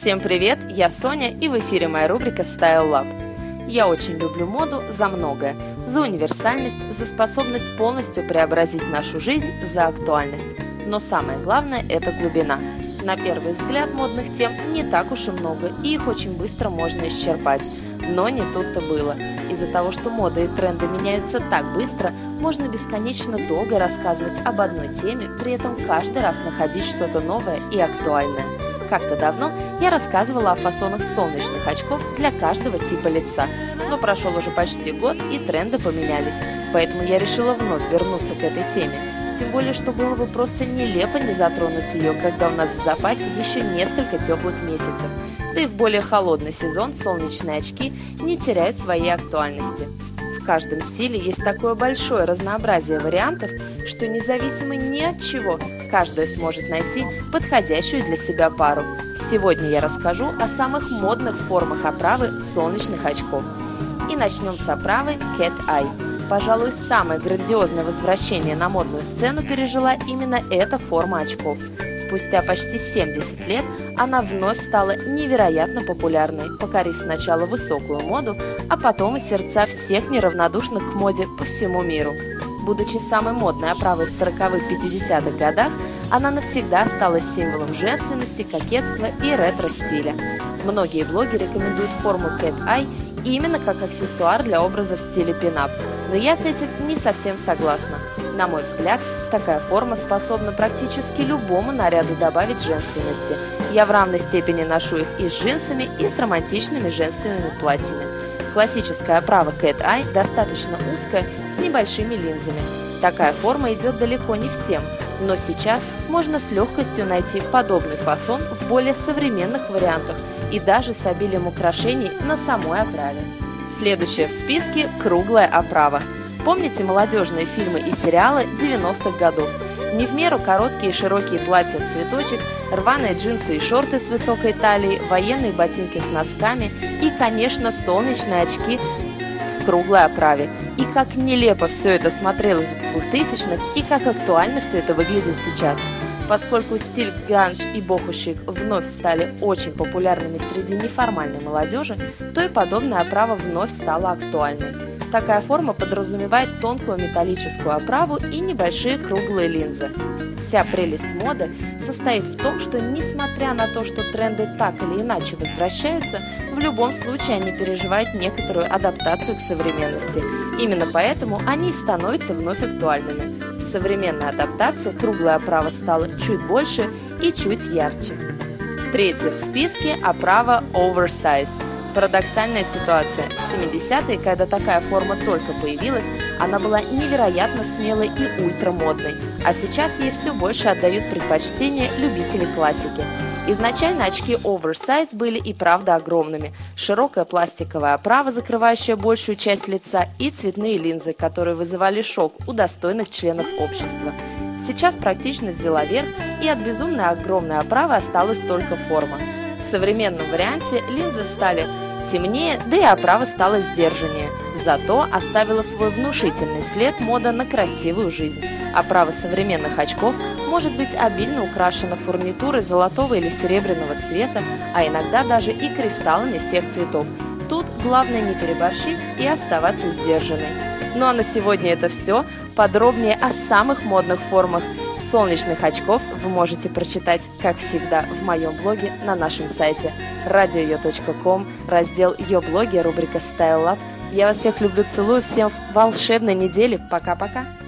Всем привет, я Соня, и в эфире моя рубрика Style Lab. Я очень люблю моду за многое: за универсальность, за способность полностью преобразить нашу жизнь, за актуальность. Но самое главное – это глубина. На первый взгляд модных тем не так уж и много, и их очень быстро можно исчерпать. Но не тут-то было. Из-за того, что мода и тренды меняются так быстро, можно бесконечно долго рассказывать об одной теме, при этом каждый раз находить что-то новое и актуальное. Как-то давно я рассказывала о фасонах солнечных очков для каждого типа лица, но прошел уже почти год, и тренды поменялись, поэтому я решила вновь вернуться к этой теме. Тем более, что было бы просто нелепо не затронуть ее, когда у нас в запасе еще несколько теплых месяцев. Да и в более холодный сезон солнечные очки не теряют своей актуальности. В каждом стиле есть такое большое разнообразие вариантов, что независимо ни от чего, каждая сможет найти подходящую для себя пару. Сегодня я расскажу о самых модных формах оправы солнечных очков. И начнем с оправы Cat Eye. Пожалуй, самое грандиозное возвращение на модную сцену пережила именно эта форма очков. Спустя почти 70 лет она вновь стала невероятно популярной, покорив сначала высокую моду, а потом и сердца всех неравнодушных к моде по всему миру. Будучи самой модной оправой в 40-х-50-х годах, она навсегда осталась символом женственности, кокетства и ретро-стиля. Многие блоги рекомендуют форму Cat Eye именно как аксессуар для образа в стиле пин-ап, но я с этим не совсем согласна. На мой взгляд, такая форма способна практически любому наряду добавить женственности. Я в равной степени ношу их и с джинсами, и с романтичными женственными платьями. Классическая оправа Cat Eye достаточно узкая, с небольшими линзами. Такая форма идет далеко не всем, но сейчас можно с легкостью найти подобный фасон в более современных вариантах и даже с обилием украшений на самой оправе. Следующая в списке – круглая оправа. Помните молодежные фильмы и сериалы 90-х годов? Не в меру короткие и широкие платья в цветочек, рваные джинсы и шорты с высокой талией, военные ботинки с носками и, конечно, солнечные очки в круглой оправе. И как нелепо все это смотрелось в 2000-х, и как актуально все это выглядит сейчас. Поскольку стиль гранж и боху-шик вновь стали очень популярными среди неформальной молодежи, то и подобная оправа вновь стала актуальной. Такая форма подразумевает тонкую металлическую оправу и небольшие круглые линзы. Вся прелесть моды состоит в том, что несмотря на то, что тренды так или иначе возвращаются, в любом случае они переживают некоторую адаптацию к современности. Именно поэтому они и становятся вновь актуальными. В современной адаптации круглая оправа стала чуть больше и чуть ярче. Третья в списке – оправа Oversize. Парадоксальная ситуация. В 70-е, когда такая форма только появилась, она была невероятно смелой и ультрамодной, а сейчас ей все больше отдают предпочтение любители классики. Изначально очки Oversize были и правда огромными. Широкая пластиковая оправа, закрывающая большую часть лица, и цветные линзы, которые вызывали шок у достойных членов общества. Сейчас практичность взяла верх, и от безумно огромной оправы осталась только форма. В современном варианте линзы стали темнее, да и оправа стала сдержаннее. Зато оставила свой внушительный след мода на красивую жизнь. Оправа современных очков может быть обильно украшена фурнитурой золотого или серебряного цвета, а иногда даже и кристаллами всех цветов. Тут главное не переборщить и оставаться сдержанной. Ну а на сегодня это все. Подробнее о самых модных формах солнечных очков вы можете прочитать, как всегда, в моем блоге на нашем сайте radio.com, раздел «Ее блоги», рубрика Style Lab. Я вас всех люблю, целую, всем волшебной недели, пока-пока!